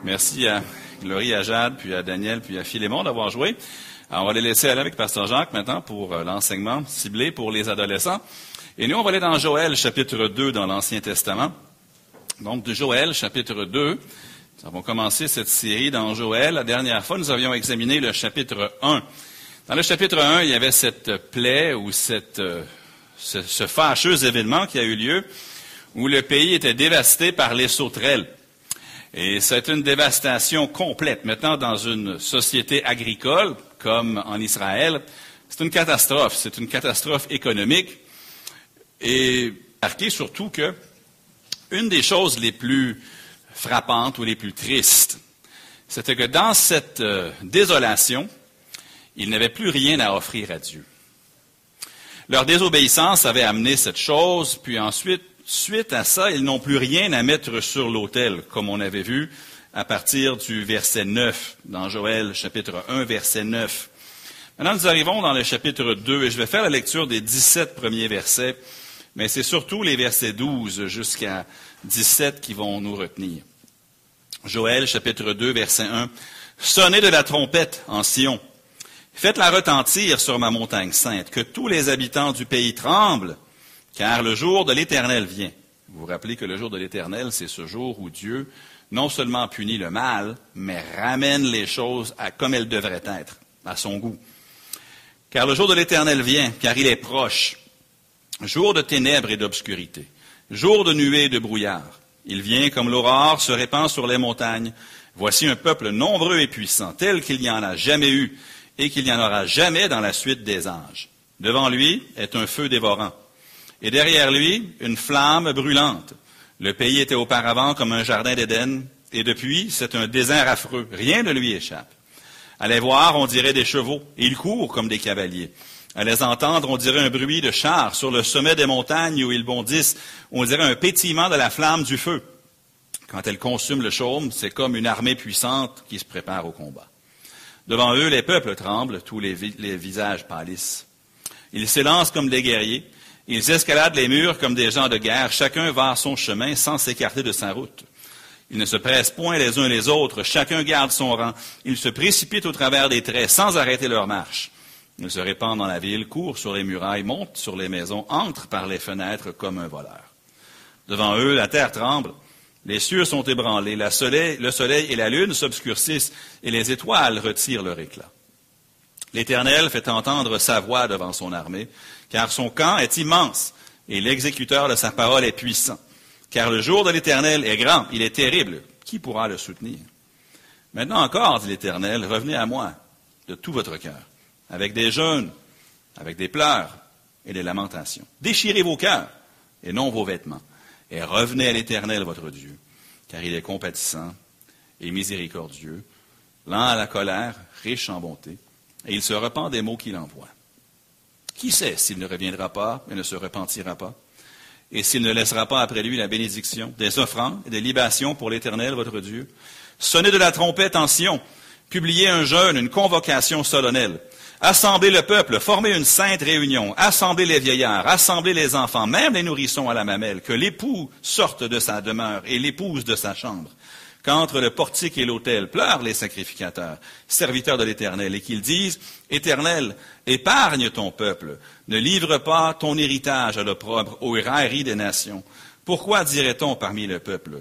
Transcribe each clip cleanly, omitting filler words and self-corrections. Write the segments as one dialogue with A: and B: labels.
A: Merci à Glorie, à Jade, puis à Daniel, puis à Philémon d'avoir joué. Alors, on va les laisser aller avec Pasteur Jacques maintenant pour l'enseignement ciblé pour les adolescents. Et nous, on va aller dans Joël, chapitre 2, dans l'Ancien Testament. Donc, de Joël, chapitre 2. Nous avons commencé cette série dans Joël. La dernière fois, nous avions examiné le chapitre 1. Dans le chapitre 1, il y avait cette plaie ou ce fâcheux événement qui a eu lieu où le pays était dévasté par les sauterelles. Et c'est une dévastation complète. Maintenant, dans une société agricole, comme en Israël, c'est une catastrophe. C'est une catastrophe économique. Et marqué surtout que une des choses les plus frappantes ou les plus tristes, c'était que dans cette désolation, ils n'avaient plus rien à offrir à Dieu. Leur désobéissance avait amené cette chose, puis ensuite, suite à ça, ils n'ont plus rien à mettre sur l'autel, comme on avait vu à partir du verset 9, dans Joël, chapitre 1, verset 9. Maintenant, nous arrivons dans le chapitre 2, et je vais faire la lecture des 17 premiers versets, mais c'est surtout les versets 12 jusqu'à 17 qui vont nous retenir. Joël, chapitre 2, verset 1. « Sonnez de la trompette en Sion. Faites-la retentir sur ma montagne sainte, que tous les habitants du pays tremblent, car le jour de l'Éternel vient. » Vous vous rappelez que le jour de l'Éternel, c'est ce jour où Dieu non seulement punit le mal, mais ramène les choses comme elles devraient être, à son goût. « Car le jour de l'Éternel vient, car il est proche. Jour de ténèbres et d'obscurité, jour de nuées et de brouillard. Il vient comme l'aurore se répand sur les montagnes. Voici un peuple nombreux et puissant, tel qu'il n'y en a jamais eu, et qu'il n'y en aura jamais dans la suite des âges. Devant lui est un feu dévorant, et derrière lui une flamme brûlante. Le pays était auparavant comme un jardin d'Éden, et depuis c'est un désert affreux, rien ne lui échappe. À les voir, on dirait des chevaux, et ils courent comme des cavaliers. À les entendre, on dirait un bruit de chars sur le sommet des montagnes où ils bondissent, on dirait un pétillement de la flamme du feu. Quand elle consume le chaume, c'est comme une armée puissante qui se prépare au combat. Devant eux, les peuples tremblent, tous les visages pâlissent. Ils s'élancent comme des guerriers, ils escaladent les murs comme des gens de guerre, chacun va à son chemin sans s'écarter de sa route. Ils ne se pressent point les uns les autres, chacun garde son rang. Ils se précipitent au travers des traits sans arrêter leur marche. Ils se répandent dans la ville, courent sur les murailles, montent sur les maisons, entrent par les fenêtres comme un voleur. Devant eux, la terre tremble, les cieux sont ébranlés, le soleil et la lune s'obscurcissent, et les étoiles retirent leur éclat. L'Éternel fait entendre sa voix devant son armée, car son camp est immense, et l'exécuteur de sa parole est puissant. Car le jour de l'Éternel est grand, il est terrible. Qui pourra le soutenir? Maintenant encore, dit l'Éternel, revenez à moi de tout votre cœur, avec des jeûnes, avec des pleurs et des lamentations. Déchirez vos cœurs et non vos vêtements, et revenez à l'Éternel votre Dieu, car il est compatissant et miséricordieux, lent à la colère, riche en bonté, et il se repent des maux qu'il envoie. Qui sait s'il ne reviendra pas et ne se repentira pas, et s'il ne laissera pas après lui la bénédiction, des offrandes et des libations pour l'Éternel votre Dieu? Sonnez de la trompette en Sion, publiez un jeûne, une convocation solennelle. Assemblez le peuple, formez une sainte réunion, assemblez les vieillards, assemblez les enfants, même les nourrissons à la mamelle, que l'époux sorte de sa demeure et l'épouse de sa chambre. Qu'entre le portique et l'autel pleurent les sacrificateurs, serviteurs de l'Éternel, et qu'ils disent, « Éternel, épargne ton peuple, ne livre pas ton héritage à l'opprobre, aux railleries des nations. Pourquoi dirait-on parmi les peuples,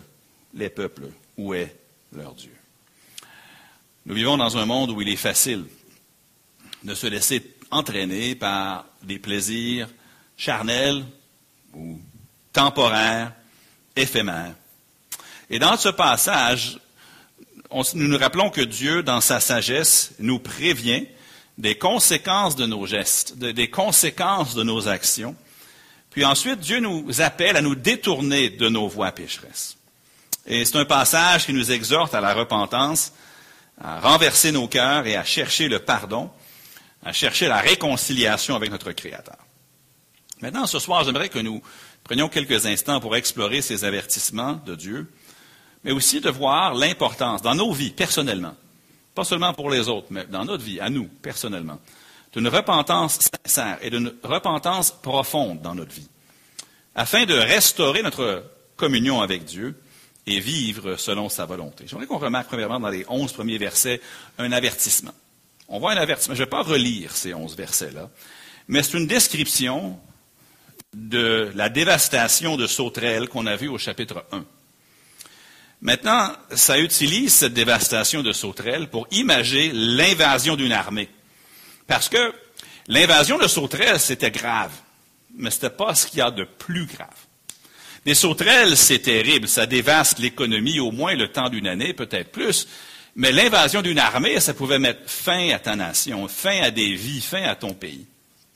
A: où est leur Dieu? » Nous vivons dans un monde où il est facile de se laisser entraîner par des plaisirs charnels ou temporaires, éphémères. Et dans ce passage, nous nous rappelons que Dieu, dans sa sagesse, nous prévient des conséquences de nos gestes, des conséquences de nos actions. Puis ensuite, Dieu nous appelle à nous détourner de nos voies pécheresses. Et c'est un passage qui nous exhorte à la repentance, à renverser nos cœurs et à chercher le pardon, à chercher la réconciliation avec notre Créateur. Maintenant, ce soir, j'aimerais que nous prenions quelques instants pour explorer ces avertissements de Dieu, mais aussi de voir l'importance, dans nos vies, personnellement, pas seulement pour les autres, mais dans notre vie, à nous, personnellement, d'une repentance sincère et d'une repentance profonde dans notre vie, afin de restaurer notre communion avec Dieu et vivre selon sa volonté. J'aimerais qu'on remarque premièrement dans les 11 premiers versets un avertissement. On voit un avertissement. Je ne vais pas relire ces 11 versets-là, mais c'est une description de la dévastation de sauterelles qu'on a vue au chapitre 1. Maintenant, ça utilise cette dévastation de sauterelles pour imager l'invasion d'une armée. Parce que l'invasion de sauterelles, c'était grave, mais ce n'était pas ce qu'il y a de plus grave. Les sauterelles, c'est terrible, ça dévaste l'économie au moins le temps d'une année, peut-être plus, mais l'invasion d'une armée, ça pouvait mettre fin à ta nation, fin à des vies, fin à ton pays.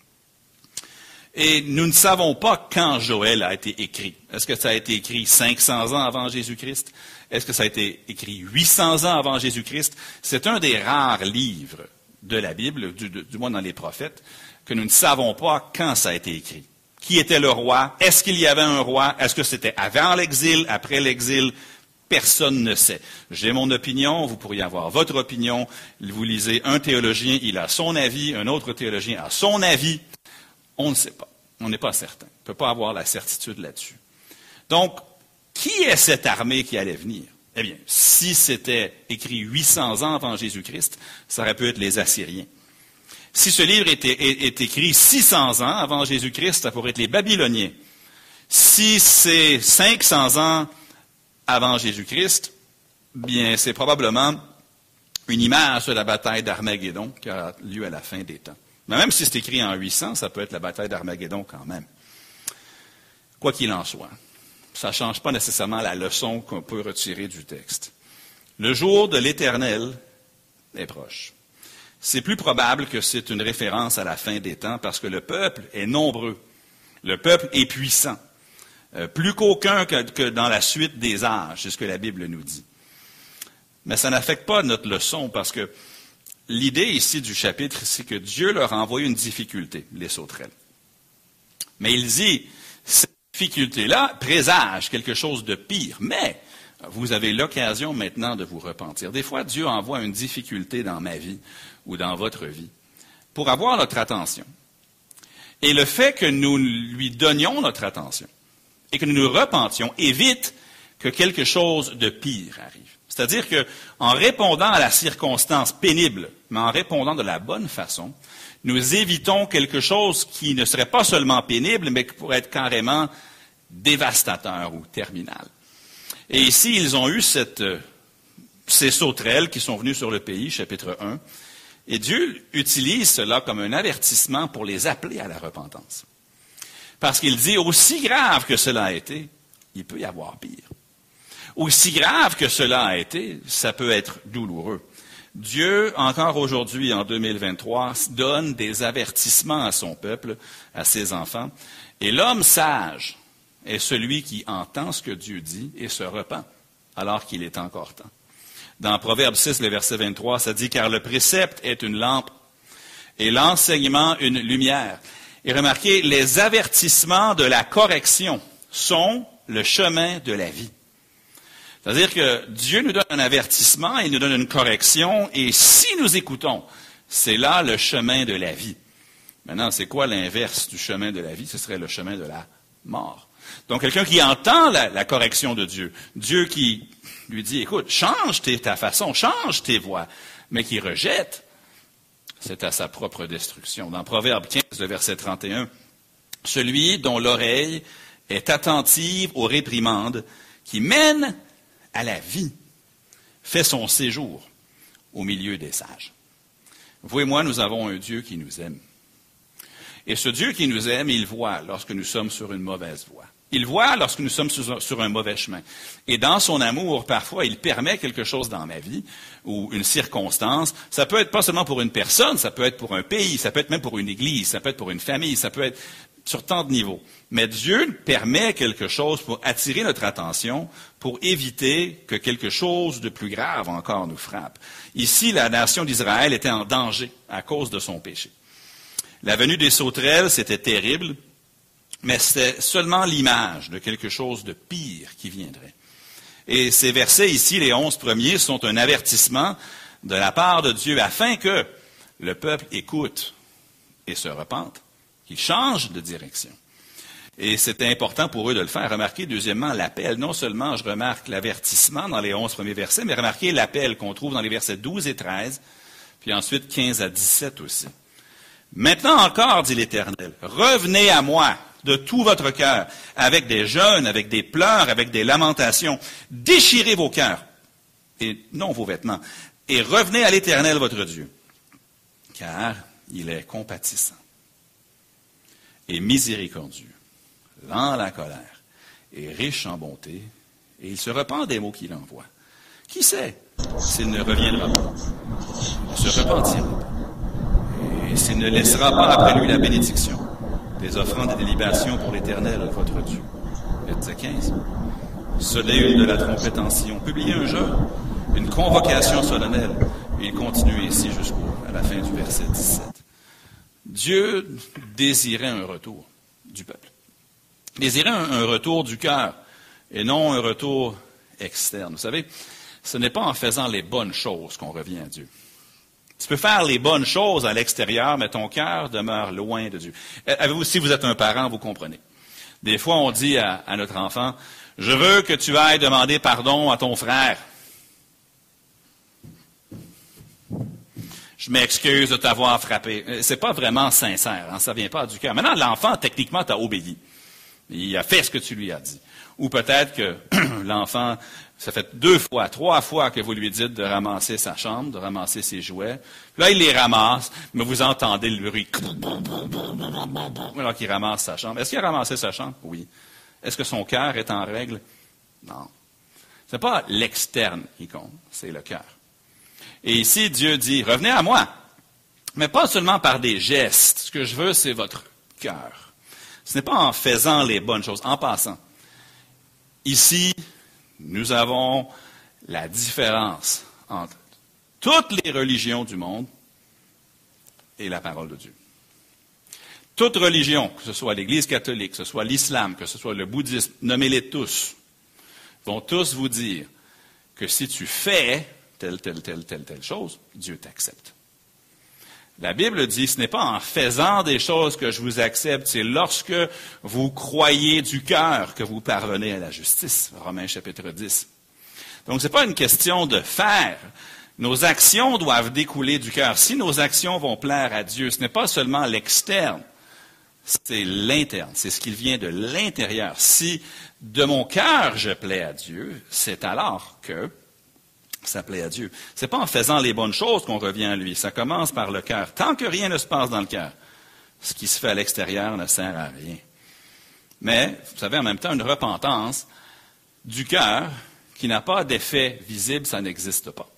A: Et nous ne savons pas quand Joël a été écrit. Est-ce que ça a été écrit 500 ans avant Jésus-Christ? Est-ce que ça a été écrit 800 ans avant Jésus-Christ? C'est un des rares livres de la Bible, du moins dans les prophètes, que nous ne savons pas quand ça a été écrit. Qui était le roi? Est-ce qu'il y avait un roi? Est-ce que c'était avant l'exil, après l'exil? Personne ne sait. J'ai mon opinion, vous pourriez avoir votre opinion. Vous lisez un théologien, il a son avis, un autre théologien a son avis. On ne sait pas. On n'est pas certain. On ne peut pas avoir la certitude là-dessus. Donc, qui est cette armée qui allait venir? Eh bien, si c'était écrit 800 ans avant Jésus-Christ, ça aurait pu être les Assyriens. Si ce livre est écrit 600 ans avant Jésus-Christ, ça pourrait être les Babyloniens. Si c'est 500 ans avant Jésus-Christ, bien, c'est probablement une image de la bataille d'Armageddon qui aura lieu à la fin des temps. Mais même si c'est écrit en 800, ça peut être la bataille d'Armageddon quand même. Quoi qu'il en soit, ça ne change pas nécessairement la leçon qu'on peut retirer du texte. Le jour de l'Éternel est proche. C'est plus probable que c'est une référence à la fin des temps parce que le peuple est nombreux. Le peuple est puissant. Plus qu'aucun que dans la suite des âges, c'est ce que la Bible nous dit. Mais ça n'affecte pas notre leçon parce que l'idée ici du chapitre, c'est que Dieu leur a envoyé une difficulté, les sauterelles. Mais il dit, cette difficulté-là présage quelque chose de pire. Mais vous avez l'occasion maintenant de vous repentir. Des fois, Dieu envoie une difficulté dans ma vie ou dans votre vie pour avoir notre attention. Et le fait que nous lui donnions notre attention et que nous nous repentions évite que quelque chose de pire arrive. C'est-à-dire qu'en répondant à la circonstance pénible, mais en répondant de la bonne façon, nous évitons quelque chose qui ne serait pas seulement pénible, mais qui pourrait être carrément dévastateur ou terminal. Et ici, ils ont eu ces sauterelles qui sont venues sur le pays, chapitre 1, et Dieu utilise cela comme un avertissement pour les appeler à la repentance. Parce qu'il dit, aussi grave que cela a été, il peut y avoir pire. Aussi grave que cela a été, ça peut être douloureux. Dieu, encore aujourd'hui, en 2023, donne des avertissements à son peuple, à ses enfants. Et l'homme sage est celui qui entend ce que Dieu dit et se repent, alors qu'il est encore temps. Dans Proverbe 6, le verset 23, ça dit « Car le précepte est une lampe et l'enseignement une lumière. » Et remarquez, les avertissements de la correction sont le chemin de la vie. C'est-à-dire que Dieu nous donne un avertissement, il nous donne une correction, et si nous écoutons, c'est là le chemin de la vie. Maintenant, c'est quoi l'inverse du chemin de la vie? Ce serait le chemin de la mort. Donc, quelqu'un qui entend la correction de Dieu, Dieu qui lui dit, écoute, change ta façon, change tes voies, mais qui rejette, c'est à sa propre destruction. Dans Proverbe 15, le verset 31, « Celui dont l'oreille est attentive aux réprimandes, qui mène à la vie, fait son séjour au milieu des sages. » Vous et moi, nous avons un Dieu qui nous aime. Et ce Dieu qui nous aime, il voit lorsque nous sommes sur une mauvaise voie. Il voit lorsque nous sommes sur un mauvais chemin. Et dans son amour, parfois, il permet quelque chose dans ma vie ou une circonstance. Ça peut être pas seulement pour une personne, ça peut être pour un pays, ça peut être même pour une église, ça peut être pour une famille, ça peut être sur tant de niveaux. Mais Dieu permet quelque chose pour attirer notre attention, pour éviter que quelque chose de plus grave encore nous frappe. Ici, la nation d'Israël était en danger à cause de son péché. La venue des sauterelles, c'était terrible, mais c'était seulement l'image de quelque chose de pire qui viendrait. Et ces versets ici, les 11 premiers, sont un avertissement de la part de Dieu afin que le peuple écoute et se repente, qu'il change de direction. Et c'était important pour eux de le faire. Remarquez, deuxièmement, l'appel. Non seulement je remarque l'avertissement dans les 11 premiers versets, mais remarquez l'appel qu'on trouve dans les versets 12 et 13, puis ensuite 15 à 17 aussi. Maintenant encore, dit l'Éternel, revenez à moi de tout votre cœur, avec des jeûnes, avec des pleurs, avec des lamentations. Déchirez vos cœurs, et non vos vêtements, et revenez à l'Éternel votre Dieu, car il est compatissant et miséricordieux, lent à la colère, et riche en bonté, et il se repent des mots qu'il envoie. Qui sait s'il ne reviendra pas, ne se repentira pas, et s'il ne laissera pas après lui la bénédiction, des offrandes et des libations pour l'Éternel, votre Dieu. Verset 15. Sonnez une de la trompette en Sion, publiez un jeûne, une convocation solennelle, et il continue ainsi jusqu'à la fin du verset 17. Dieu désirait un retour du peuple. Désirait un retour du cœur et non un retour externe. Vous savez, ce n'est pas en faisant les bonnes choses qu'on revient à Dieu. Tu peux faire les bonnes choses à l'extérieur, mais ton cœur demeure loin de Dieu. Si vous êtes un parent, vous comprenez. Des fois, on dit à notre enfant, « Je veux que tu ailles demander pardon à ton frère. » Je m'excuse de t'avoir frappé. C'est pas vraiment sincère, hein, ça vient pas du cœur. Maintenant, l'enfant, techniquement, t'a obéi. Il a fait ce que tu lui as dit. Ou peut-être que l'enfant, ça fait 2 fois, 3 fois que vous lui dites de ramasser sa chambre, de ramasser ses jouets. Puis là, il les ramasse, mais vous entendez le bruit. Alors qu'il ramasse sa chambre. Est-ce qu'il a ramassé sa chambre? Oui. Est-ce que son cœur est en règle? Non. Ce n'est pas l'externe qui compte, c'est le cœur. Et ici, Dieu dit, revenez à moi, mais pas seulement par des gestes. Ce que je veux, c'est votre cœur. Ce n'est pas en faisant les bonnes choses, en passant. Ici, nous avons la différence entre toutes les religions du monde et la parole de Dieu. Toute religion, que ce soit l'Église catholique, que ce soit l'islam, que ce soit le bouddhisme, nommez-les tous, vont tous vous dire que si tu fais telle chose, Dieu t'accepte. La Bible dit, ce n'est pas en faisant des choses que je vous accepte, c'est lorsque vous croyez du cœur que vous parvenez à la justice. Romains chapitre 10. Donc, ce n'est pas une question de faire. Nos actions doivent découler du cœur. Si nos actions vont plaire à Dieu, ce n'est pas seulement l'externe, c'est l'interne. C'est ce qui vient de l'intérieur. Si de mon cœur je plais à Dieu, c'est alors que ça plaît à Dieu. Ce n'est pas en faisant les bonnes choses qu'on revient à lui. Ça commence par le cœur. Tant que rien ne se passe dans le cœur, ce qui se fait à l'extérieur ne sert à rien. Mais, vous savez, en même temps, une repentance du cœur qui n'a pas d'effet visible, ça n'existe pas.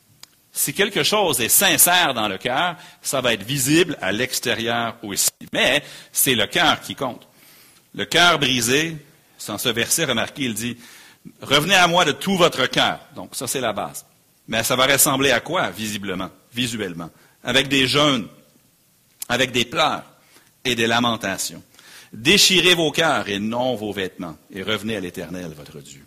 A: Si quelque chose est sincère dans le cœur, ça va être visible à l'extérieur aussi. Mais c'est le cœur qui compte. Le cœur brisé, dans ce verset, remarquez, il dit, « Revenez à moi de tout votre cœur. » Donc ça, c'est la base. Mais ça va ressembler à quoi, visiblement, visuellement? Avec des jeûnes, avec des pleurs et des lamentations. Déchirez vos cœurs et non vos vêtements, et revenez à l'Éternel, votre Dieu.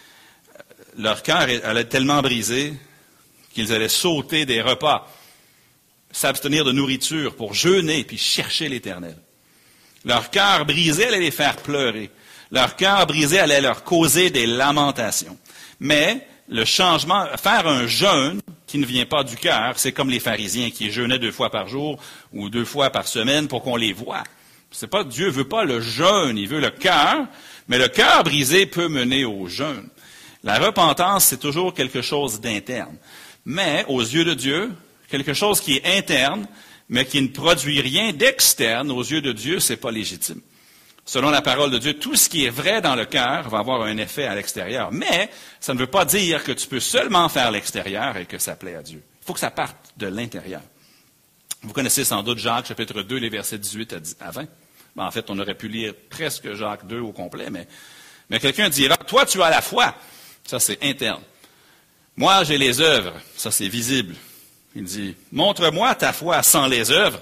A: Leur cœur allait tellement brisé qu'ils allaient sauter des repas, s'abstenir de nourriture pour jeûner puis chercher l'Éternel. Leur cœur brisé allait les faire pleurer. Leur cœur brisé allait leur causer des lamentations. Mais le changement, faire un jeûne qui ne vient pas du cœur, c'est comme les pharisiens qui jeûnaient 2 fois par jour ou 2 fois par semaine pour qu'on les voie. C'est pas, Dieu veut pas le jeûne, il veut le cœur, mais le cœur brisé peut mener au jeûne. La repentance, c'est toujours quelque chose d'interne. Mais, aux yeux de Dieu, quelque chose qui est interne, mais qui ne produit rien d'externe, aux yeux de Dieu, c'est pas légitime. Selon la parole de Dieu, tout ce qui est vrai dans le cœur va avoir un effet à l'extérieur. Mais ça ne veut pas dire que tu peux seulement faire l'extérieur et que ça plaît à Dieu. Il faut que ça parte de l'intérieur. Vous connaissez sans doute Jacques, chapitre 2, les versets 18 à 20. En fait, on aurait pu lire presque Jacques 2 au complet, mais quelqu'un dira, toi tu as la foi. Ça, c'est interne. Moi, j'ai les œuvres. Ça, c'est visible. Il dit, montre-moi ta foi sans les œuvres.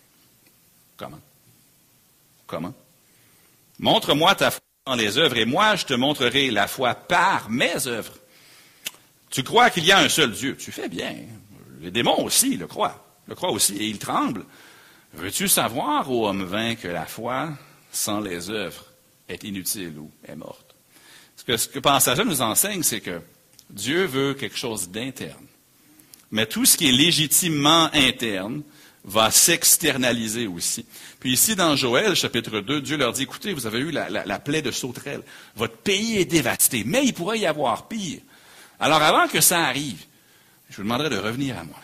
A: Comment? Montre-moi ta foi sans les œuvres, et moi, je te montrerai la foi par mes œuvres. Tu crois qu'il y a un seul Dieu. Tu fais bien. Les démons aussi le croient. Le croient aussi, et ils tremblent. Veux-tu savoir, ô homme vain, que la foi sans les œuvres est inutile ou est morte. Ce que le passage nous enseigne, c'est que Dieu veut quelque chose d'interne. Mais tout ce qui est légitimement interne va s'externaliser aussi. Puis ici, dans Joël, chapitre 2, Dieu leur dit, écoutez, vous avez eu la plaie de sauterelle. Votre pays est dévasté, mais il pourrait y avoir pire. Alors, avant que ça arrive, je vous demanderai de revenir à moi.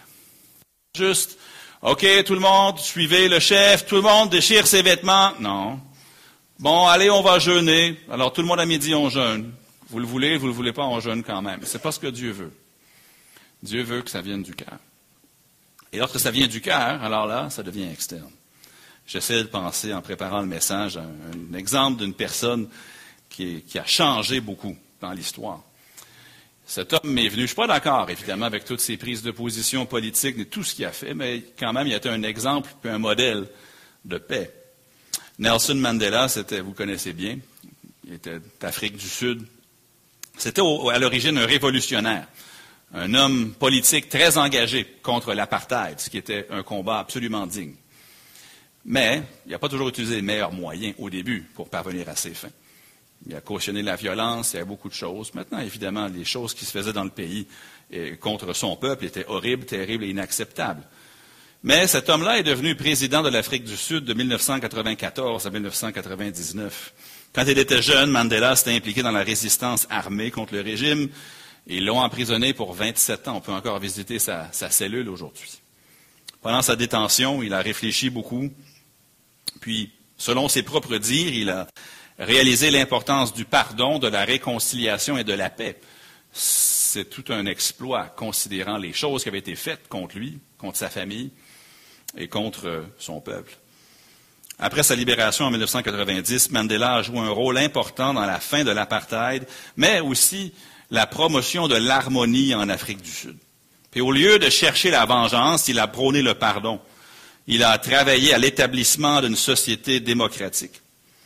A: Juste, OK, tout le monde, suivez le chef, tout le monde déchire ses vêtements. Non. Bon, allez, on va jeûner. Alors, tout le monde à midi, on jeûne. Vous le voulez pas, on jeûne quand même. C'est pas ce que Dieu veut. Dieu veut que ça vienne du cœur. Et lorsque ça vient du cœur, alors là, ça devient externe. J'essaie de penser, en préparant le message, à un exemple d'une personne qui a changé beaucoup dans l'histoire. Cet homme m'est venu, je ne suis pas d'accord, évidemment, avec toutes ses prises de position politiques et tout ce qu'il a fait, mais quand même, il a été un exemple et un modèle de paix. Nelson Mandela, vous le connaissez bien, il était d'Afrique du Sud. C'était à l'origine un révolutionnaire, un homme politique très engagé contre l'apartheid, ce qui était un combat absolument digne. Mais il n'a pas toujours utilisé les meilleurs moyens au début pour parvenir à ses fins. Il a cautionné la violence, il y a beaucoup de choses. Maintenant, évidemment, les choses qui se faisaient dans le pays contre son peuple étaient horribles, terribles et inacceptables. Mais cet homme-là est devenu président de l'Afrique du Sud de 1994 à 1999. Quand il était jeune, Mandela s'était impliqué dans la résistance armée contre le régime. Ils l'ont emprisonné pour 27 ans. On peut encore visiter sa cellule aujourd'hui. Pendant sa détention, il a réfléchi beaucoup. Puis, selon ses propres dires, il a réalisé l'importance du pardon, de la réconciliation et de la paix. C'est tout un exploit, considérant les choses qui avaient été faites contre lui, contre sa famille et contre son peuple. Après sa libération en 1990, Mandela a joué un rôle important dans la fin de l'apartheid, mais aussi la promotion de l'harmonie en Afrique du Sud. Puis au lieu de chercher la vengeance, il a prôné le pardon. Il a travaillé à l'établissement d'une société démocratique.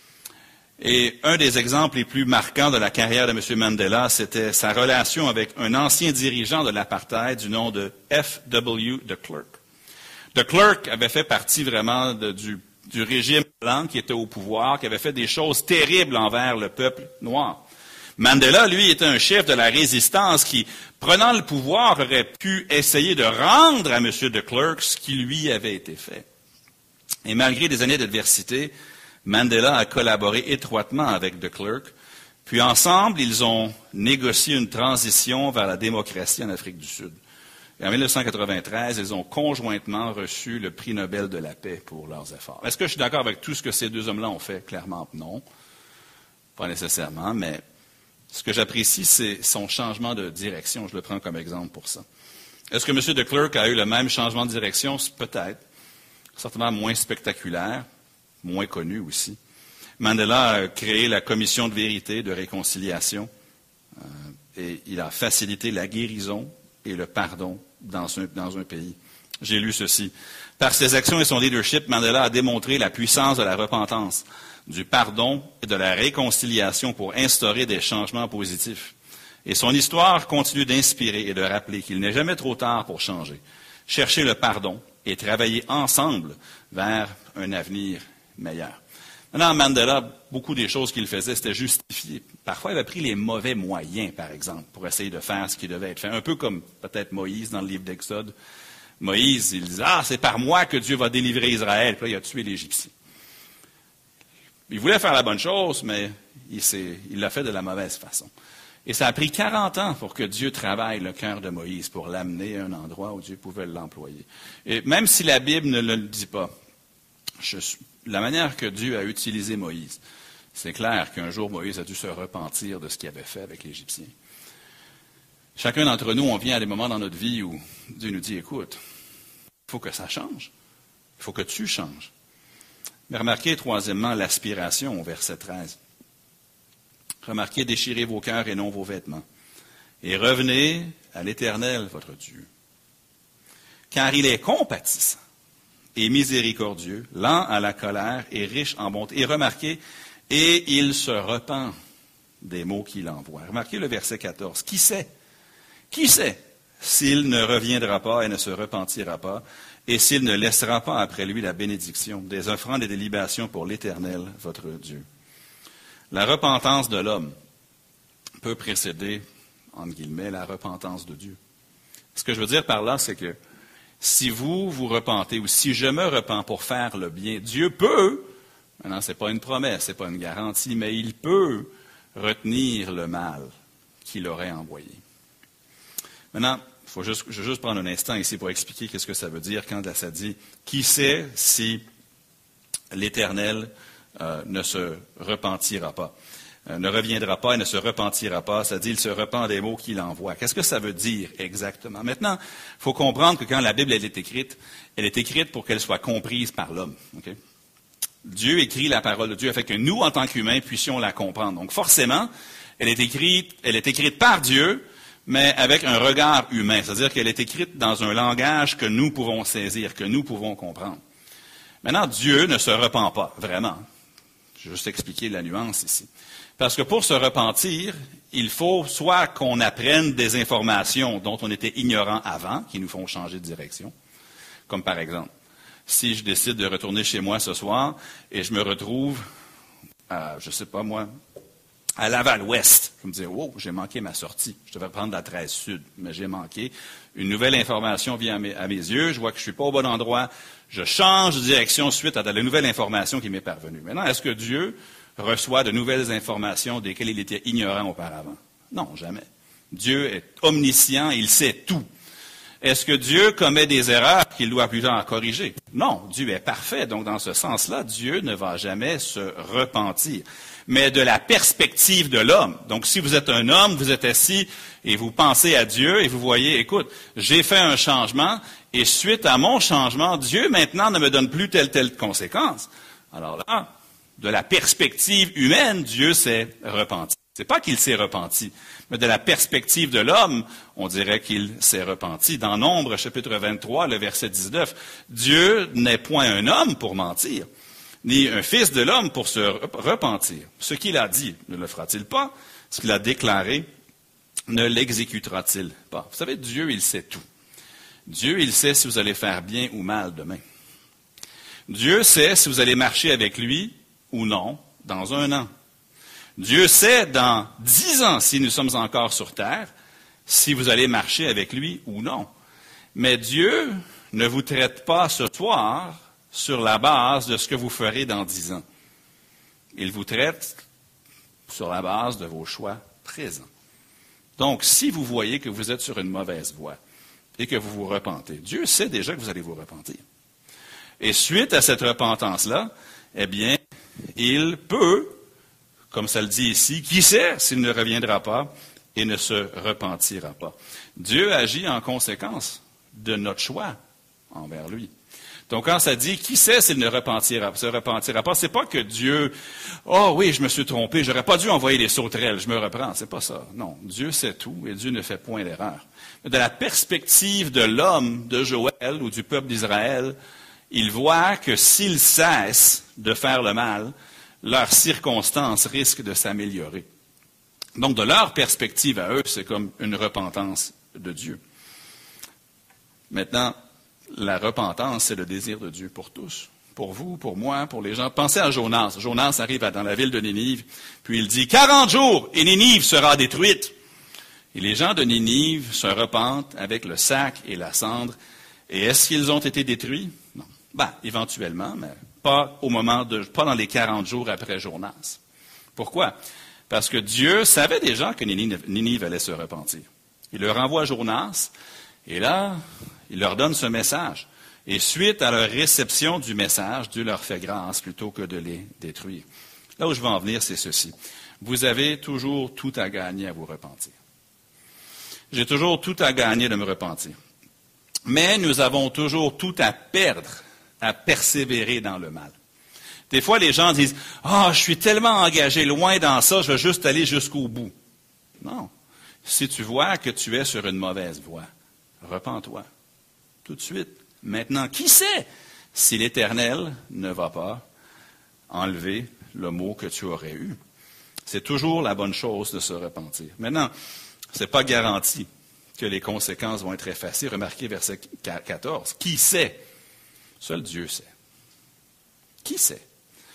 A: Et un des exemples les plus marquants de la carrière de M. Mandela, c'était sa relation avec un ancien dirigeant de l'apartheid du nom de F.W. de Klerk. De Klerk avait fait partie vraiment du régime blanc qui était au pouvoir, qui avait fait des choses terribles envers le peuple noir. Mandela, lui, était un chef de la résistance qui, prenant le pouvoir, aurait pu essayer de rendre à M. de Klerk ce qui lui avait été fait. Et malgré des années d'adversité, Mandela a collaboré étroitement avec de Klerk, puis ensemble, ils ont négocié une transition vers la démocratie en Afrique du Sud. Et en 1993, ils ont conjointement reçu le prix Nobel de la paix pour leurs efforts. Est-ce que je suis d'accord avec tout ce que ces deux hommes-là ont fait? Clairement, non. Pas nécessairement, mais ce que j'apprécie, c'est son changement de direction. Je le prends comme exemple pour ça. Est-ce que M. de Klerk a eu le même changement de direction? Peut-être. Certainement moins spectaculaire, moins connu aussi. Mandela a créé la commission de vérité, de réconciliation, et il a facilité la guérison et le pardon dans un pays. J'ai lu ceci. Par ses actions et son leadership, Mandela a démontré la puissance de la repentance, du pardon et de la réconciliation pour instaurer des changements positifs. Et son histoire continue d'inspirer et de rappeler qu'il n'est jamais trop tard pour changer, chercher le pardon et travailler ensemble vers un avenir meilleur. Maintenant, Mandela, beaucoup des choses qu'il faisait, c'était justifié. Parfois, il avait pris les mauvais moyens, par exemple, pour essayer de faire ce qui devait être fait. Un peu comme peut-être Moïse dans le livre d'Exode. Moïse, il disait, c'est par moi que Dieu va délivrer Israël. Puis là, il a tué l'Égyptien. Il voulait faire la bonne chose, mais il l'a fait de la mauvaise façon. Et ça a pris 40 ans pour que Dieu travaille le cœur de Moïse, pour l'amener à un endroit où Dieu pouvait l'employer. Et même si la Bible ne le dit pas, la manière que Dieu a utilisé Moïse, c'est clair qu'un jour Moïse a dû se repentir de ce qu'il avait fait avec l'Égyptien. Chacun d'entre nous, on vient à des moments dans notre vie où Dieu nous dit, écoute, il faut que ça change. Il faut que tu changes. Mais remarquez, troisièmement, l'aspiration au verset 13. Remarquez, déchirez vos cœurs et non vos vêtements. Et revenez à l'Éternel, votre Dieu. Car il est compatissant et miséricordieux, lent à la colère et riche en bonté. Et remarquez, et il se repent des mots qu'il envoie. Remarquez le verset 14. Qui sait s'il ne reviendra pas et ne se repentira pas, et s'il ne laissera pas après lui la bénédiction des offrandes et des libations pour l'Éternel, votre Dieu. La repentance de l'homme peut précéder, entre guillemets, la repentance de Dieu. Ce que je veux dire par là, c'est que si vous vous repentez ou si je me repens pour faire le bien, Dieu peut, maintenant ce n'est pas une promesse, ce n'est pas une garantie, mais il peut retenir le mal qu'il aurait envoyé. Maintenant, je vais juste prendre un instant ici pour expliquer qu'est-ce que ça veut dire quand ça dit « Qui sait si l'Éternel ne se repentira pas ». Ne reviendra pas et ne se repentira pas. Ça dit, il se repent des mots qu'il envoie. Qu'est-ce que ça veut dire exactement? Maintenant, il faut comprendre que quand la Bible elle est écrite pour qu'elle soit comprise par l'homme. Okay? Dieu écrit la parole de Dieu afin que nous, en tant qu'humains, puissions la comprendre. Donc, forcément, elle est écrite par Dieu, mais avec un regard humain. C'est-à-dire qu'elle est écrite dans un langage que nous pouvons saisir, que nous pouvons comprendre. Maintenant, Dieu ne se repent pas, vraiment. Je vais juste expliquer la nuance ici. Parce que pour se repentir, il faut soit qu'on apprenne des informations dont on était ignorant avant, qui nous font changer de direction. Comme par exemple, si je décide de retourner chez moi ce soir et je me retrouve, je ne sais pas moi, à Laval-Ouest, je me dis, wow, j'ai manqué ma sortie. Je devais prendre la 13 Sud, mais j'ai manqué. Une nouvelle information vient à mes yeux, je vois que je ne suis pas au bon endroit, je change de direction suite à la nouvelle information qui m'est parvenue. Maintenant, est-ce que Dieu reçoit de nouvelles informations desquelles il était ignorant auparavant? Non, jamais. Dieu est omniscient, il sait tout. Est-ce que Dieu commet des erreurs qu'il doit plus tard corriger? Non, Dieu est parfait. Donc, dans ce sens-là, Dieu ne va jamais se repentir. Mais de la perspective de l'homme. Donc, si vous êtes un homme, vous êtes assis et vous pensez à Dieu et vous voyez, écoute, j'ai fait un changement et suite à mon changement, Dieu maintenant ne me donne plus telle conséquence. Alors là, de la perspective humaine, Dieu s'est repenti. C'est pas qu'il s'est repenti, mais de la perspective de l'homme, on dirait qu'il s'est repenti. Dans Nombre, chapitre 23, le verset 19, Dieu n'est point un homme pour mentir, ni un fils de l'homme pour se repentir. Ce qu'il a dit, ne le fera-t-il pas? Ce qu'il a déclaré, ne l'exécutera-t-il pas? Vous savez, Dieu, il sait tout. Dieu, il sait si vous allez faire bien ou mal demain. Dieu sait si vous allez marcher avec lui ou non dans 1 an. Dieu sait dans 10 ans, si nous sommes encore sur terre, si vous allez marcher avec lui ou non. Mais Dieu ne vous traite pas ce soir sur la base de ce que vous ferez dans 10 ans. Il vous traite sur la base de vos choix présents. Donc, si vous voyez que vous êtes sur une mauvaise voie et que vous vous repentez, Dieu sait déjà que vous allez vous repentir. Et suite à cette repentance-là, eh bien, il peut, comme ça le dit ici, qui sait s'il ne reviendra pas et ne se repentira pas. Dieu agit en conséquence de notre choix envers lui. Donc, quand ça dit, qui sait s'il ne se repentira pas, c'est pas que Dieu, oh oui, je me suis trompé, j'aurais pas dû envoyer les sauterelles, je me reprends. C'est pas ça. Non, Dieu sait tout et Dieu ne fait point d'erreur. De la perspective de l'homme, de Joël ou du peuple d'Israël, il voit que s'ils cessent de faire le mal, leurs circonstances risquent de s'améliorer. Donc, de leur perspective à eux, c'est comme une repentance de Dieu. Maintenant, la repentance, c'est le désir de Dieu pour tous. Pour vous, pour moi, pour les gens. Pensez à Jonas. Jonas arrive dans la ville de Ninive, puis il dit « 40 jours et Ninive sera détruite ». Et les gens de Ninive se repentent avec le sac et la cendre. Et est-ce qu'ils ont été détruits? Non. Éventuellement, mais pas pas dans les 40 jours après Jonas. Pourquoi? Parce que Dieu savait déjà que Ninive allait se repentir. Il leur envoie Jonas, et là, il leur donne ce message. Et suite à leur réception du message, Dieu leur fait grâce plutôt que de les détruire. Là où je veux en venir, c'est ceci. Vous avez toujours tout à gagner à vous repentir. J'ai toujours tout à gagner de me repentir. Mais nous avons toujours tout à perdre à persévérer dans le mal. Des fois, les gens disent « je suis tellement engagé loin dans ça, je vais juste aller jusqu'au bout. » Non. Si tu vois que tu es sur une mauvaise voie, repens-toi. Tout de suite. Maintenant, qui sait si l'Éternel ne va pas enlever le mot que tu aurais eu? C'est toujours la bonne chose de se repentir. Maintenant, ce n'est pas garanti que les conséquences vont être effacées. Remarquez verset 14. Qui sait? Seul Dieu sait. Qui sait?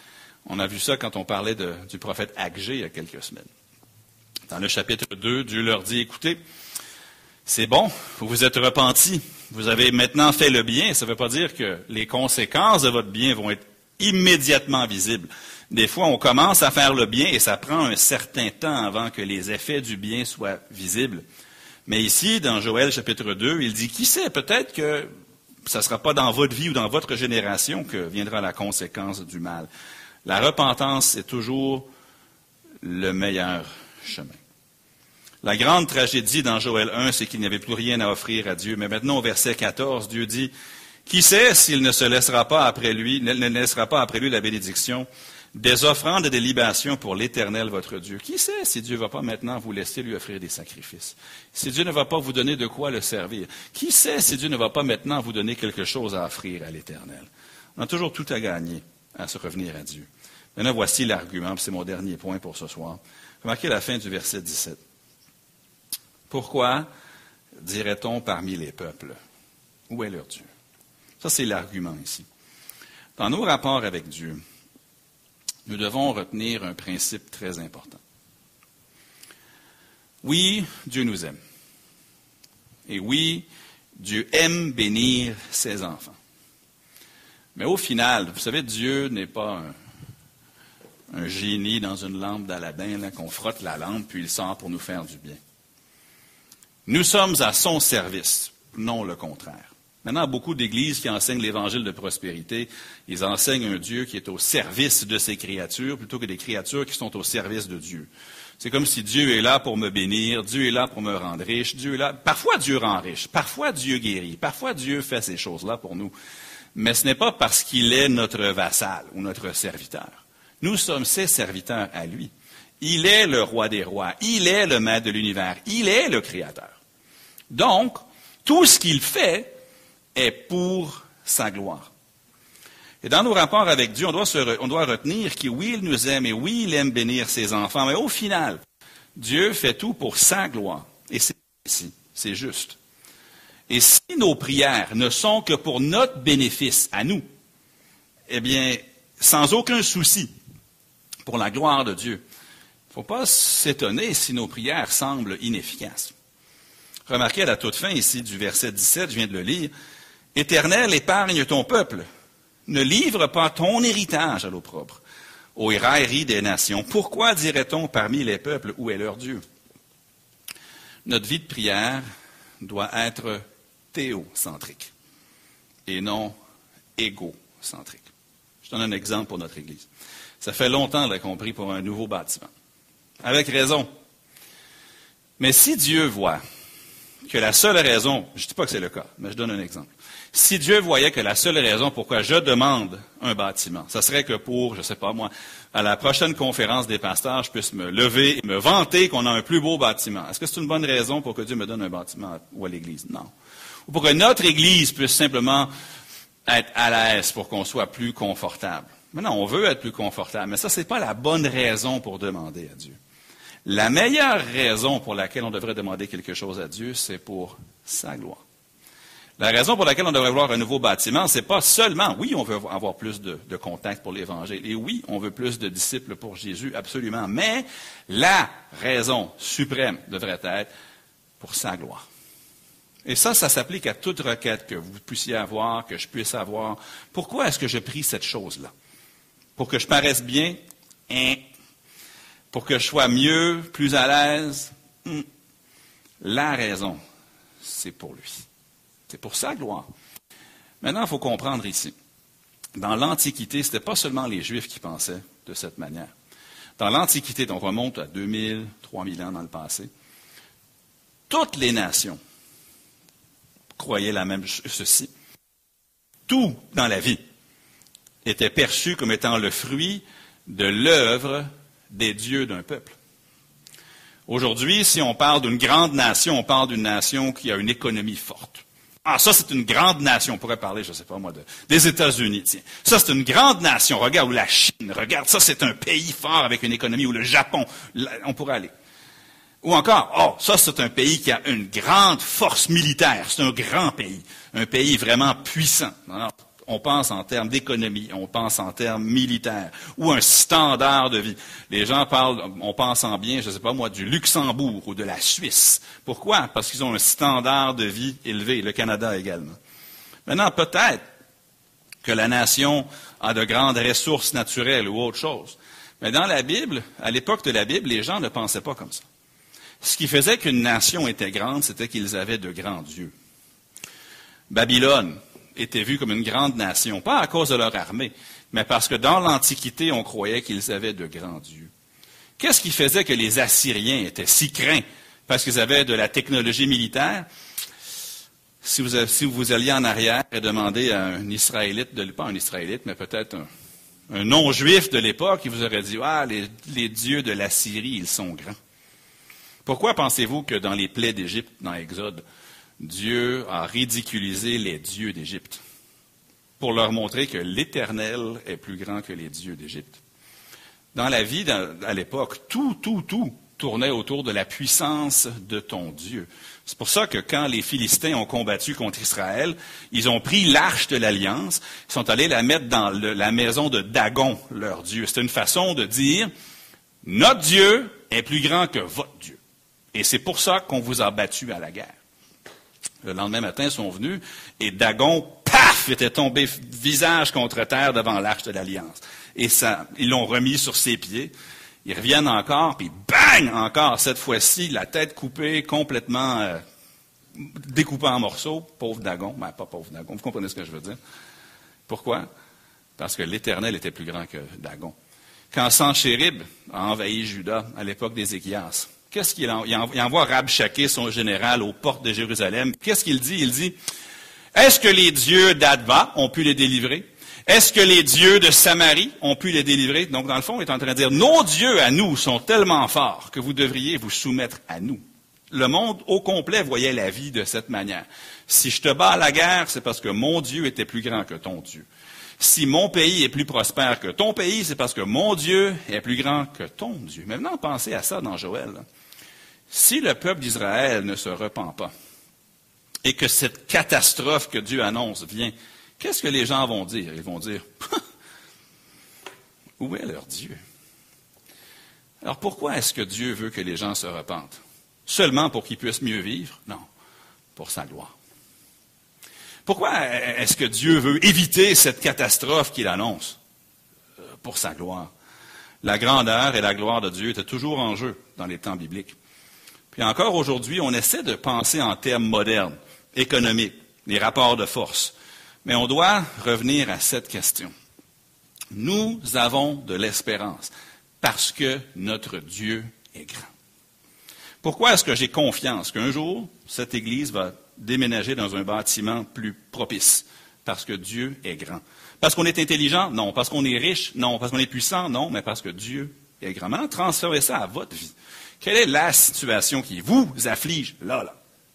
A: On a vu ça quand on parlait du prophète Agé il y a quelques semaines. Dans le chapitre 2, Dieu leur dit, écoutez, c'est bon, vous vous êtes repentis, vous avez maintenant fait le bien. Ça ne veut pas dire que les conséquences de votre bien vont être immédiatement visibles. Des fois, on commence à faire le bien et ça prend un certain temps avant que les effets du bien soient visibles. Mais ici, dans Joël chapitre 2, il dit, qui sait, peut-être que ça ne sera pas dans votre vie ou dans votre génération que viendra la conséquence du mal. La repentance est toujours le meilleur chemin. La grande tragédie dans Joël 1, c'est qu'il n'y avait plus rien à offrir à Dieu. Mais maintenant, au verset 14, Dieu dit, qui sait s'il ne laissera pas après lui la bénédiction des offrandes et des libations pour l'Éternel votre Dieu. Qui sait si Dieu ne va pas maintenant vous laisser lui offrir des sacrifices? Si Dieu ne va pas vous donner de quoi le servir? Qui sait si Dieu ne va pas maintenant vous donner quelque chose à offrir à l'Éternel? On a toujours tout à gagner à se revenir à Dieu. Maintenant, voici l'argument, c'est mon dernier point pour ce soir. Remarquez la fin du verset 17. Pourquoi dirait-on parmi les peuples? Où est leur Dieu? Ça, c'est l'argument ici. Dans nos rapports avec Dieu, nous devons retenir un principe très important. Oui, Dieu nous aime. Et oui, Dieu aime bénir ses enfants. Mais au final, vous savez, Dieu n'est pas un génie dans une lampe d'Aladin, là, qu'on frotte la lampe puis il sort pour nous faire du bien. Nous sommes à son service, non le contraire. Maintenant, beaucoup d'églises qui enseignent l'évangile de prospérité, ils enseignent un Dieu qui est au service de ses créatures plutôt que des créatures qui sont au service de Dieu. C'est comme si Dieu est là pour me bénir, Dieu est là pour me rendre riche, Dieu est là. Parfois Dieu rend riche, parfois Dieu guérit, parfois Dieu fait ces choses-là pour nous. Mais ce n'est pas parce qu'il est notre vassal ou notre serviteur. Nous sommes ses serviteurs à lui. Il est le roi des rois, il est le maître de l'univers, il est le créateur. Donc, tout ce qu'il fait est pour sa gloire. Et dans nos rapports avec Dieu, on doit retenir que oui, il nous aime et oui, il aime bénir ses enfants, mais au final, Dieu fait tout pour sa gloire. Et c'est juste. Et si nos prières ne sont que pour notre bénéfice à nous, eh bien, sans aucun souci, pour la gloire de Dieu, il ne faut pas s'étonner si nos prières semblent inefficaces. Remarquez à la toute fin ici du verset 17, je viens de le lire, « Éternel, épargne ton peuple, ne livre pas ton héritage à l'opprobre, aux railleries des nations. Pourquoi dirait-on parmi les peuples, où est leur Dieu? » Notre vie de prière doit être théocentrique et non égocentrique. Je donne un exemple pour notre Église. Ça fait longtemps qu'on prie pour un nouveau bâtiment. Avec raison. Mais si Dieu voit que la seule raison, je ne dis pas que c'est le cas, mais je donne un exemple. Si Dieu voyait que la seule raison pourquoi je demande un bâtiment, ça serait que pour, je ne sais pas moi, à la prochaine conférence des pasteurs, je puisse me lever et me vanter qu'on a un plus beau bâtiment. Est-ce que c'est une bonne raison pour que Dieu me donne un bâtiment ou à l'Église? Non. Ou pour que notre Église puisse simplement être à l'aise pour qu'on soit plus confortable. Maintenant, on veut être plus confortable, mais ça, ce n'est pas la bonne raison pour demander à Dieu. La meilleure raison pour laquelle on devrait demander quelque chose à Dieu, c'est pour sa gloire. La raison pour laquelle on devrait vouloir un nouveau bâtiment, c'est pas seulement, oui, on veut avoir plus de contacts pour l'Évangile, et oui, on veut plus de disciples pour Jésus, absolument, mais la raison suprême devrait être pour sa gloire. Et ça s'applique à toute requête que vous puissiez avoir, que je puisse avoir. Pourquoi est-ce que je prie cette chose-là? Pour que je paraisse bien? Pour que je sois mieux, plus à l'aise? La raison, c'est pour lui. C'est pour sa gloire. Maintenant, il faut comprendre ici. Dans l'Antiquité, ce n'était pas seulement les Juifs qui pensaient de cette manière. Dans l'Antiquité, donc on remonte à 2000, 3000 ans dans le passé, toutes les nations croyaient ceci. Tout dans la vie était perçu comme étant le fruit de l'œuvre des dieux d'un peuple. Aujourd'hui, si on parle d'une grande nation, on parle d'une nation qui a une économie forte. Ah, ça, c'est une grande nation. On pourrait parler, je ne sais pas moi, des États-Unis. Tiens. Ça, c'est une grande nation. Regarde, ou la Chine. Regarde, ça, c'est un pays fort avec une économie. Ou le Japon. On pourrait aller. Ou encore, oh, ça, c'est un pays qui a une grande force militaire. C'est un grand pays. Un pays vraiment puissant. Non, On pense en termes d'économie, on pense en termes militaires, ou un standard de vie. Les gens parlent, on pense en bien, je ne sais pas moi, du Luxembourg ou de la Suisse. Pourquoi? Parce qu'ils ont un standard de vie élevé, le Canada également. Maintenant, peut-être que la nation a de grandes ressources naturelles ou autre chose. Mais dans la Bible, à l'époque de la Bible, les gens ne pensaient pas comme ça. Ce qui faisait qu'une nation était grande, c'était qu'ils avaient de grands dieux. Babylone était vue comme une grande nation, pas à cause de leur armée, mais parce que dans l'Antiquité, on croyait qu'ils avaient de grands dieux. Qu'est-ce qui faisait que les Assyriens étaient si craints? Parce qu'ils avaient de la technologie militaire. Si vous alliez en arrière et demandez à un Israélite, pas un Israélite, mais peut-être un non-juif de l'époque, il vous aurait dit, les dieux de la Syrie, ils sont grands. Pourquoi pensez-vous que dans les plaies d'Égypte, dans Exode, Dieu a ridiculisé les dieux d'Égypte pour leur montrer que l'Éternel est plus grand que les dieux d'Égypte? Dans la vie, à l'époque, tout tournait autour de la puissance de ton Dieu. C'est pour ça que quand les Philistins ont combattu contre Israël, ils ont pris l'arche de l'Alliance, ils sont allés la mettre dans la maison de Dagon, leur Dieu. C'est une façon de dire, notre Dieu est plus grand que votre Dieu. Et c'est pour ça qu'on vous a battu à la guerre. Le lendemain matin, ils sont venus et Dagon, paf, était tombé visage contre terre devant l'arche de l'Alliance. Et ça, ils l'ont remis sur ses pieds. Ils reviennent encore, puis bang, encore, cette fois-ci, la tête coupée, complètement découpée en morceaux. Pauvre Dagon. Ben, pas pauvre Dagon, vous comprenez ce que je veux dire. Pourquoi? Parce que l'Éternel était plus grand que Dagon. Quand Sanchérib a envahi Juda à l'époque d'Ézéchias, qu'est-ce qu'il il envoie Rabshakeh, son général, aux portes de Jérusalem. Qu'est-ce qu'il dit? Il dit, est-ce que les dieux d'Adva ont pu les délivrer? Est-ce que les dieux de Samarie ont pu les délivrer? Donc, dans le fond, il est en train de dire, nos dieux à nous sont tellement forts que vous devriez vous soumettre à nous. Le monde au complet voyait la vie de cette manière. Si je te bats à la guerre, c'est parce que mon Dieu était plus grand que ton Dieu. Si mon pays est plus prospère que ton pays, c'est parce que mon Dieu est plus grand que ton Dieu. Maintenant, pensez à ça dans Joël. Si le peuple d'Israël ne se repent pas et que cette catastrophe que Dieu annonce vient, qu'est-ce que les gens vont dire? Ils vont dire, où est leur Dieu? Alors pourquoi est-ce que Dieu veut que les gens se repentent? Seulement pour qu'ils puissent mieux vivre? Non, pour sa gloire. Pourquoi est-ce que Dieu veut éviter cette catastrophe qu'il annonce? Pour sa gloire. La grandeur et la gloire de Dieu étaient toujours en jeu dans les temps bibliques. Puis encore aujourd'hui, on essaie de penser en termes modernes, économiques, les rapports de force. Mais on doit revenir à cette question. Nous avons de l'espérance parce que notre Dieu est grand. Pourquoi est-ce que j'ai confiance qu'un jour, cette Église va déménager dans un bâtiment plus propice? Parce que Dieu est grand. Parce qu'on est intelligent? Non. Parce qu'on est riche? Non. Parce qu'on est puissant? Non. Mais parce que Dieu est grand. Maintenant, transférez ça à votre vie. Quelle est la situation qui vous afflige là?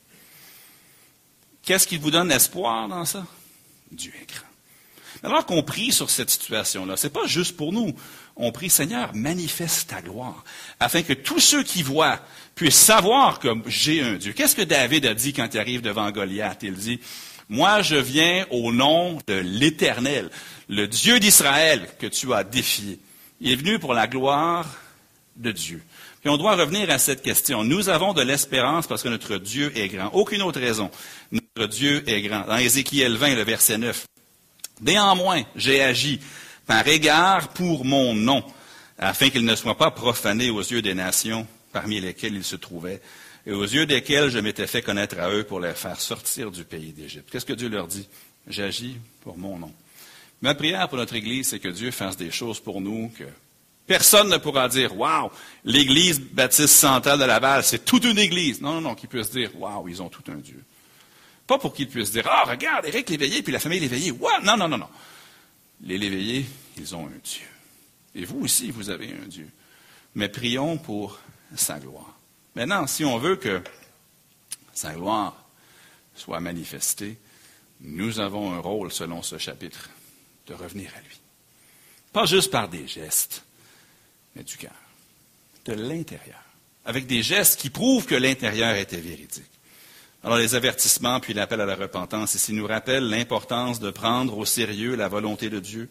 A: Qu'est-ce qui vous donne espoir dans ça? Dieu est grand. Alors qu'on prie sur cette situation-là, ce n'est pas juste pour nous. On prie, Seigneur, manifeste ta gloire, afin que tous ceux qui voient puissent savoir que j'ai un Dieu. Qu'est-ce que David a dit quand il arrive devant Goliath? Il dit, moi je viens au nom de l'Éternel, le Dieu d'Israël que tu as défié. Il est venu pour la gloire de Dieu. Puis on doit revenir à cette question. Nous avons de l'espérance parce que notre Dieu est grand. Aucune autre raison. Notre Dieu est grand. Dans Ézéchiel 20, le verset 9. Néanmoins, j'ai agi par égard pour mon nom, afin qu'il ne soit pas profané aux yeux des nations parmi lesquelles il se trouvait, et aux yeux desquelles je m'étais fait connaître à eux pour les faire sortir du pays d'Égypte. Qu'est-ce que Dieu leur dit? J'agis pour mon nom. Ma prière pour notre Église, c'est que Dieu fasse des choses pour nous que personne ne pourra dire, waouh, l'Église baptiste centrale de Laval, c'est toute une Église. Non, qu'ils puissent dire, waouh, ils ont tout un Dieu. Pas pour qu'ils puissent dire, ah, regarde, Éric Léveillé, puis la famille Léveillé, wow! Non. Les Léveillés, ils ont un Dieu. Et vous aussi, vous avez un Dieu. Mais prions pour sa gloire. Maintenant, si on veut que sa gloire soit manifestée, nous avons un rôle, selon ce chapitre, de revenir à lui. Pas juste par des gestes, mais du cœur, de l'intérieur, avec des gestes qui prouvent que l'intérieur était véridique. Alors les avertissements puis l'appel à la repentance ici nous rappellent l'importance de prendre au sérieux la volonté de Dieu,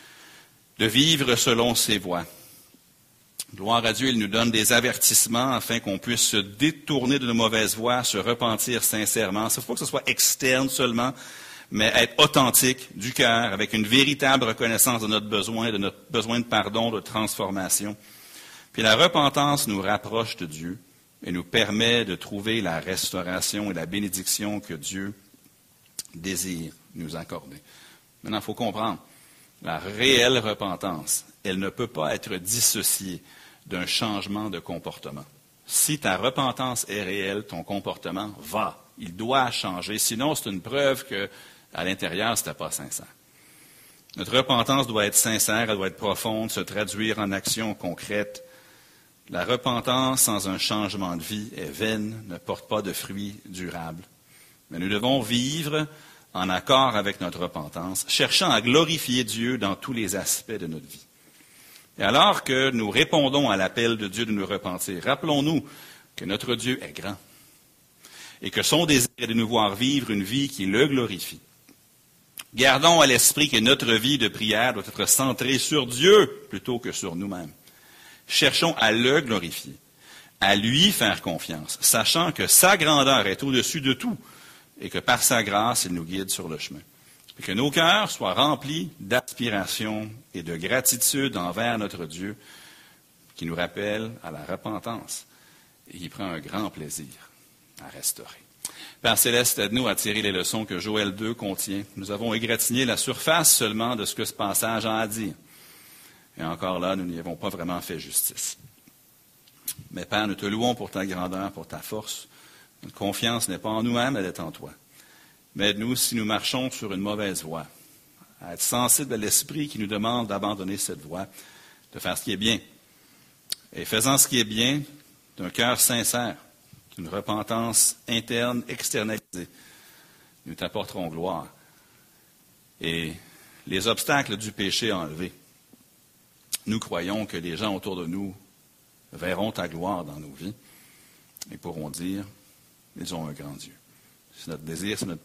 A: de vivre selon ses voies. Gloire à Dieu, il nous donne des avertissements afin qu'on puisse se détourner de nos mauvaises voies, se repentir sincèrement. Il ne faut pas que ce soit externe seulement, mais être authentique du cœur, avec une véritable reconnaissance de notre besoin de pardon, de transformation. Puis la repentance nous rapproche de Dieu et nous permet de trouver la restauration et la bénédiction que Dieu désire nous accorder. Maintenant, il faut comprendre, la réelle repentance, elle ne peut pas être dissociée d'un changement de comportement. Si ta repentance est réelle, ton comportement va. Il doit changer. Sinon, c'est une preuve qu'à l'intérieur, ce n'était pas sincère. Notre repentance doit être sincère, elle doit être profonde, se traduire en actions concrètes. La repentance sans un changement de vie est vaine, ne porte pas de fruits durables. Mais nous devons vivre en accord avec notre repentance, cherchant à glorifier Dieu dans tous les aspects de notre vie. Et alors que nous répondons à l'appel de Dieu de nous repentir, rappelons-nous que notre Dieu est grand et que son désir est de nous voir vivre une vie qui le glorifie. Gardons à l'esprit que notre vie de prière doit être centrée sur Dieu plutôt que sur nous-mêmes. Cherchons à le glorifier, à lui faire confiance, sachant que sa grandeur est au-dessus de tout et que par sa grâce, il nous guide sur le chemin. Et que nos cœurs soient remplis d'aspiration et de gratitude envers notre Dieu qui nous rappelle à la repentance et qui prend un grand plaisir à restaurer. Père Céleste, aide-nous à tirer les leçons que Joël 2 contient. Nous avons égratigné la surface seulement de ce que ce passage a à dire. Et encore là, nous n'y avons pas vraiment fait justice. Mais Père, nous te louons pour ta grandeur, pour ta force. Notre confiance n'est pas en nous-mêmes, elle est en toi. Mais aide-nous si nous marchons sur une mauvaise voie, à être sensibles à l'esprit qui nous demande d'abandonner cette voie, de faire ce qui est bien. Et faisant ce qui est bien, d'un cœur sincère, d'une repentance interne, externalisée, nous t'apporterons gloire. Et les obstacles du péché enlevés, nous croyons que les gens autour de nous verront ta gloire dans nos vies et pourront dire, ils ont un grand Dieu. C'est notre désir, c'est notre